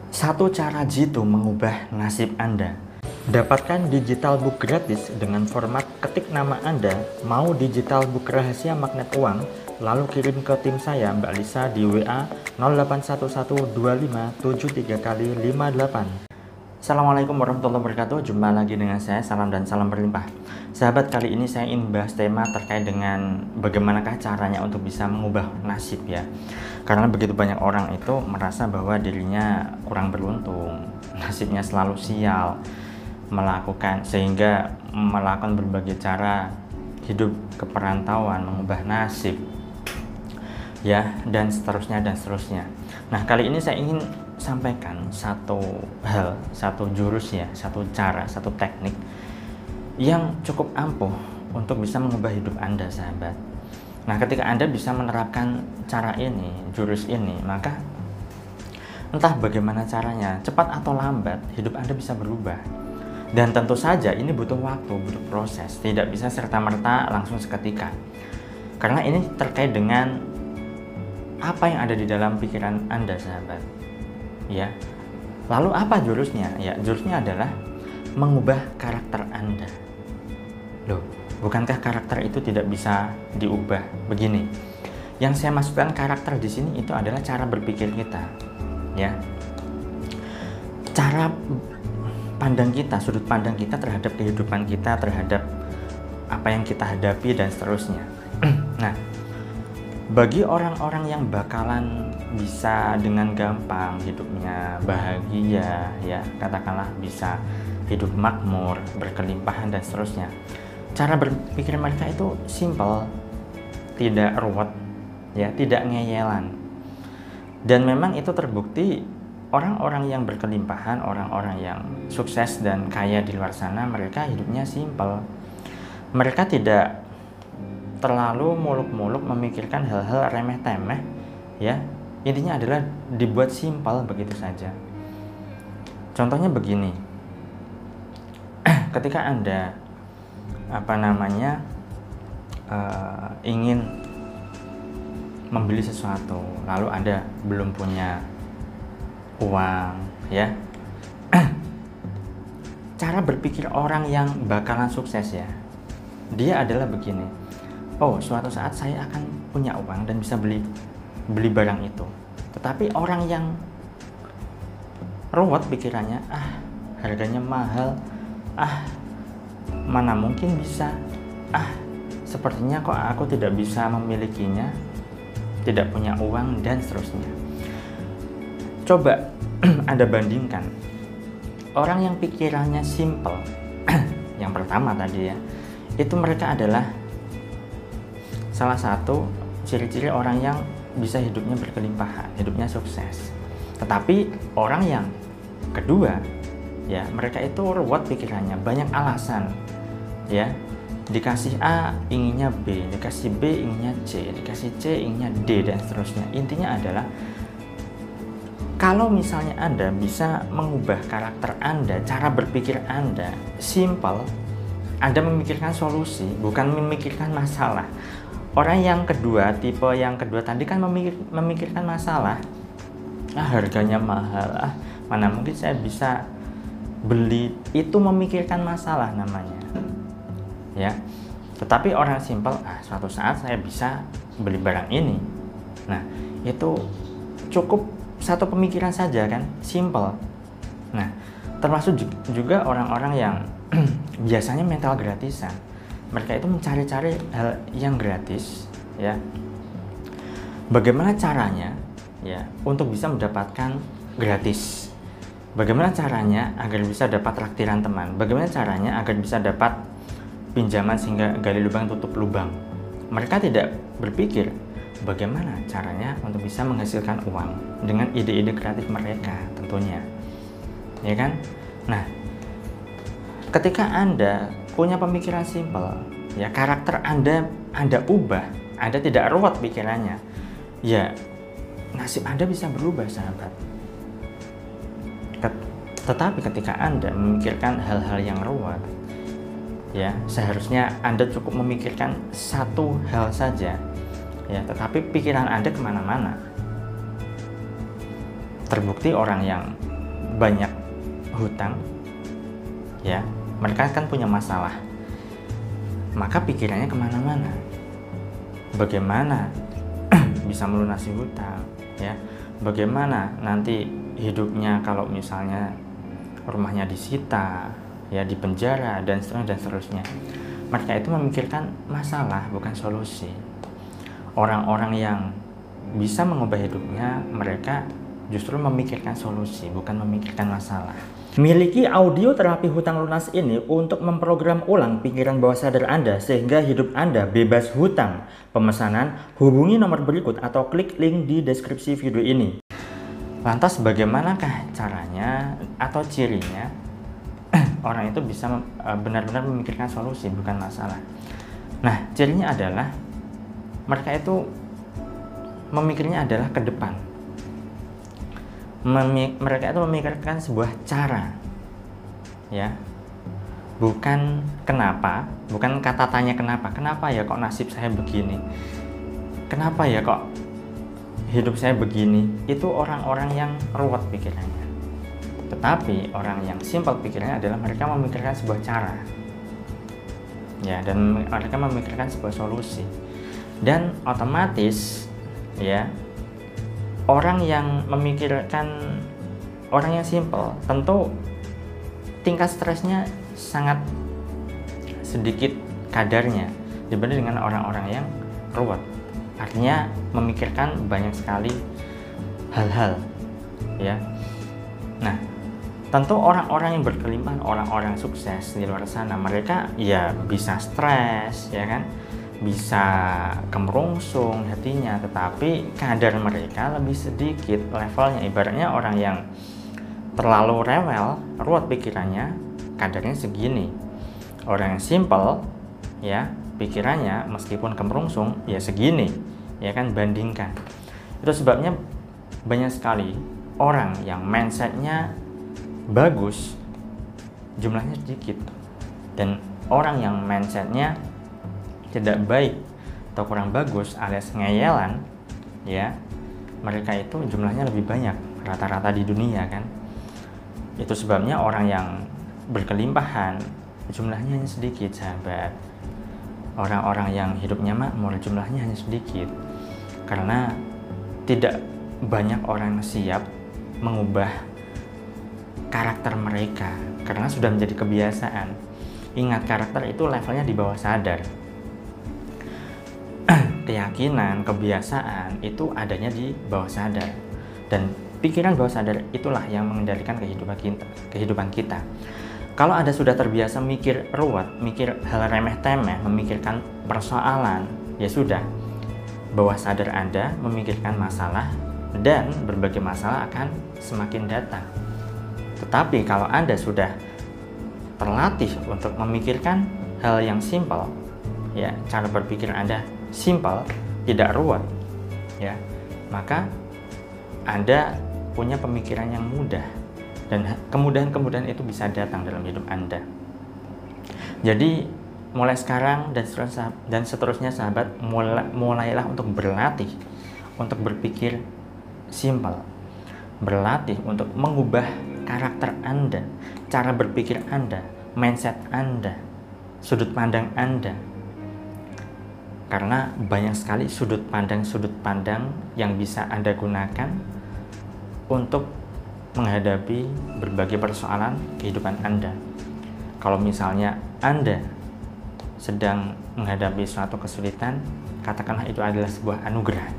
Satu cara jitu mengubah nasib Anda. Dapatkan digital book gratis dengan format ketik nama Anda, mau digital book rahasia magnet uang, lalu kirim ke tim saya Mbak Lisa di WA 08112573x58. Assalamualaikum warahmatullahi wabarakatuh. Jumpa lagi dengan saya, salam dan salam berlimpah. Sahabat, kali ini saya ingin bahas tema terkait dengan bagaimanakah caranya untuk bisa mengubah nasib ya. Karena begitu banyak orang itu merasa bahwa dirinya kurang beruntung, nasibnya selalu sial, sehingga melakukan berbagai cara hidup keperantauan, mengubah nasib ya, dan seterusnya. Nah, kali ini saya ingin sampaikan satu hal, satu jurus ya, satu cara, satu teknik yang cukup ampuh untuk bisa mengubah hidup Anda, sahabat. Nah, ketika Anda bisa menerapkan cara ini, jurus ini, maka entah bagaimana caranya, cepat atau lambat, hidup Anda bisa berubah. Dan tentu saja ini butuh waktu, butuh proses, tidak bisa serta-merta langsung seketika. Karena ini terkait dengan apa yang ada di dalam pikiran Anda, sahabat. Ya. Lalu apa jurusnya? Ya, jurusnya adalah mengubah karakter Anda. Loh, bukankah karakter itu tidak bisa diubah? Begini. Yang saya maksudkan karakter di sini itu adalah cara berpikir kita. Ya. Cara pandang kita, sudut pandang kita terhadap kehidupan kita, terhadap apa yang kita hadapi dan seterusnya. Nah, bagi orang-orang yang bakalan bisa dengan gampang hidupnya bahagia ya, katakanlah bisa hidup makmur, berkelimpahan dan seterusnya, cara berpikir mereka itu simple, tidak ruwet ya, tidak ngeyelan. Dan memang itu terbukti orang-orang yang berkelimpahan, orang-orang yang sukses dan kaya di luar sana, mereka hidupnya simple. Mereka tidak terlalu muluk-muluk memikirkan hal-hal remeh-temeh ya. Intinya adalah dibuat simpel begitu saja. Contohnya begini. Ketika Anda ingin membeli sesuatu, lalu Anda belum punya uang ya. Cara berpikir orang yang bakalan sukses ya, dia adalah begini. Oh, suatu saat saya akan punya uang dan bisa beli barang itu. Tetapi orang yang ruwet pikirannya, harganya mahal, mana mungkin bisa, sepertinya kok aku tidak bisa memilikinya, tidak punya uang dan seterusnya. Coba Anda bandingkan orang yang pikirannya simple. Yang pertama tadi ya, itu mereka adalah salah satu ciri-ciri orang yang bisa hidupnya berkelimpahan, hidupnya sukses. Tetapi orang yang kedua ya, mereka itu ruwet pikirannya, banyak alasan ya. Dikasih A inginnya B, dikasih B inginnya C, dikasih C inginnya D dan seterusnya. Intinya adalah kalau misalnya Anda bisa mengubah karakter Anda, cara berpikir Anda simple, Anda memikirkan solusi, bukan memikirkan masalah. Orang yang kedua, tipe yang kedua tadi kan memikirkan masalah. Harganya mahal, mana mungkin saya bisa beli. Itu memikirkan masalah namanya. Ya. Tetapi orang simpel, suatu saat saya bisa beli barang ini. Nah, itu cukup satu pemikiran saja kan, simple. Nah, termasuk juga orang-orang yang biasanya mental gratisan. Mereka itu mencari-cari hal yang gratis ya. Bagaimana caranya ya untuk bisa mendapatkan gratis? Bagaimana caranya agar bisa dapat traktiran teman? Bagaimana caranya agar bisa dapat pinjaman sehingga gali lubang tutup lubang? Mereka tidak berpikir bagaimana caranya untuk bisa menghasilkan uang dengan ide-ide kreatif mereka tentunya. Ya kan? Nah, ketika Anda punya pemikiran simpel, ya karakter Anda ubah, Anda tidak ruwet pikirannya, ya nasib Anda bisa berubah, sahabat. Tetapi ketika Anda memikirkan hal-hal yang ruwet, ya seharusnya Anda cukup memikirkan satu hal saja, ya, tetapi pikiran Anda kemana-mana. Terbukti orang yang banyak hutang, ya, mereka kan punya masalah, maka pikirannya kemana-mana. Bagaimana bisa melunasi hutang, ya, bagaimana nanti hidupnya kalau misalnya rumahnya disita, ya, di penjara dan seterusnya. Mereka itu memikirkan masalah, bukan solusi. Orang-orang yang bisa mengubah hidupnya, mereka justru memikirkan solusi, bukan memikirkan masalah. Miliki audio terapi hutang lunas ini untuk memprogram ulang pikiran bawah sadar Anda sehingga hidup Anda bebas hutang. Pemesanan, hubungi nomor berikut atau klik link di deskripsi video ini. Lantas bagaimanakah caranya atau cirinya orang itu bisa benar-benar memikirkan solusi, bukan masalah? Nah, cirinya adalah mereka itu memikirnya adalah ke depan. Mereka itu memikirkan sebuah cara, ya, bukan kenapa, bukan kata tanya kenapa ya kok nasib saya begini, kenapa ya kok hidup saya begini. Itu orang-orang yang ruwet pikirannya. Tetapi orang yang simpel pikirannya adalah mereka memikirkan sebuah cara, ya, dan mereka memikirkan sebuah solusi. Dan otomatis, ya, orang yang memikirkan, orang yang simpel, tentu tingkat stresnya sangat sedikit kadarnya dibanding dengan orang-orang yang ruwet. Artinya memikirkan banyak sekali hal-hal, ya. Nah, tentu orang-orang yang berkelimpahan, orang-orang sukses di luar sana, mereka ya bisa stres, ya kan, bisa kemerungsung hatinya, tetapi kadar mereka lebih sedikit levelnya. Ibaratnya orang yang terlalu rewel, ruwet pikirannya, kadarnya segini. Orang yang simple, ya, pikirannya meskipun kemerungsung ya segini, ya kan, bandingkan. Itu sebabnya banyak sekali orang yang mindsetnya bagus jumlahnya sedikit, dan orang yang mindsetnya tidak baik atau kurang bagus alias ngeyelan, ya, mereka itu jumlahnya lebih banyak rata-rata di dunia, kan. Itu sebabnya orang yang berkelimpahan jumlahnya hanya sedikit, sahabat. Orang-orang yang hidupnya makmur jumlahnya hanya sedikit, karena tidak banyak orang yang siap mengubah karakter mereka, karena sudah menjadi kebiasaan. Ingat, karakter itu levelnya di bawah sadar. Keyakinan, kebiasaan itu adanya di bawah sadar, dan pikiran bawah sadar itulah yang mengendalikan kehidupan kita. Kalau Anda sudah terbiasa mikir ruwet, mikir hal remeh-temeh, memikirkan persoalan, ya sudah, bawah sadar Anda memikirkan masalah dan berbagai masalah akan semakin datang. Tetapi kalau Anda sudah terlatih untuk memikirkan hal yang simpel, ya, cara berpikir Anda simpel, tidak ruwet, ya, maka Anda punya pemikiran yang mudah, dan kemudahan-kemudahan itu bisa datang dalam hidup Anda. Jadi mulai sekarang dan seterusnya, sahabat, mulailah untuk berlatih untuk berpikir simpel, berlatih untuk mengubah karakter Anda, cara berpikir Anda, mindset Anda, sudut pandang Anda. Karena banyak sekali sudut pandang yang bisa Anda gunakan untuk menghadapi berbagai persoalan kehidupan Anda. Kalau misalnya Anda sedang menghadapi suatu kesulitan, katakanlah itu adalah sebuah anugerah.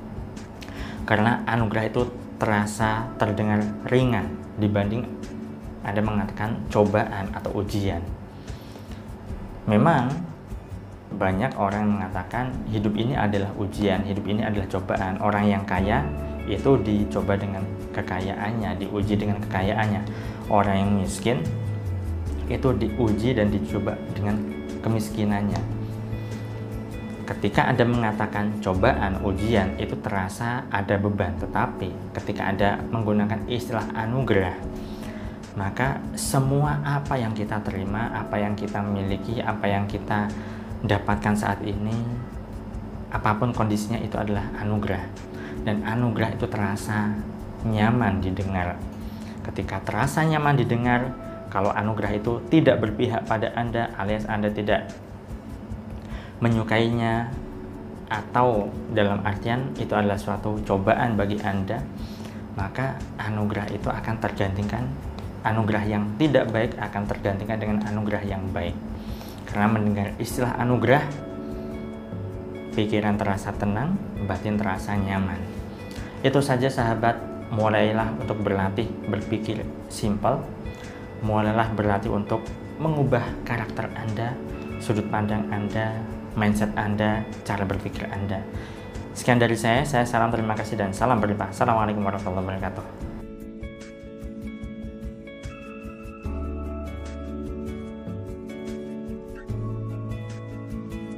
Karena anugerah itu terdengar ringan dibanding Anda mengatakan cobaan atau ujian. Memang banyak orang yang mengatakan hidup ini adalah ujian, hidup ini adalah cobaan. Orang yang kaya itu dicoba dengan kekayaannya, diuji dengan kekayaannya. Orang yang miskin itu diuji dan dicoba dengan kemiskinannya. Ketika Anda mengatakan cobaan, ujian, itu terasa ada beban. Tetapi ketika Anda menggunakan istilah anugerah, maka semua apa yang kita terima, apa yang kita miliki, apa yang kita dapatkan saat ini, apapun kondisinya, itu adalah anugerah. Dan anugerah itu terasa nyaman didengar, ketika terasa nyaman didengar, kalau anugerah itu tidak berpihak pada Anda alias Anda tidak menyukainya, atau dalam artian itu adalah suatu cobaan bagi Anda, maka anugerah itu akan tergantikan, anugerah yang tidak baik akan tergantikan dengan anugerah yang baik. Karena mendengar istilah anugerah, pikiran terasa tenang, batin terasa nyaman. Itu saja sahabat, mulailah untuk berlatih berpikir simpel, mulailah berlatih untuk mengubah karakter Anda, sudut pandang Anda, mindset Anda, cara berpikir Anda. Sekian dari saya salam terima kasih dan salam berlimpah. Assalamualaikum warahmatullahi wabarakatuh.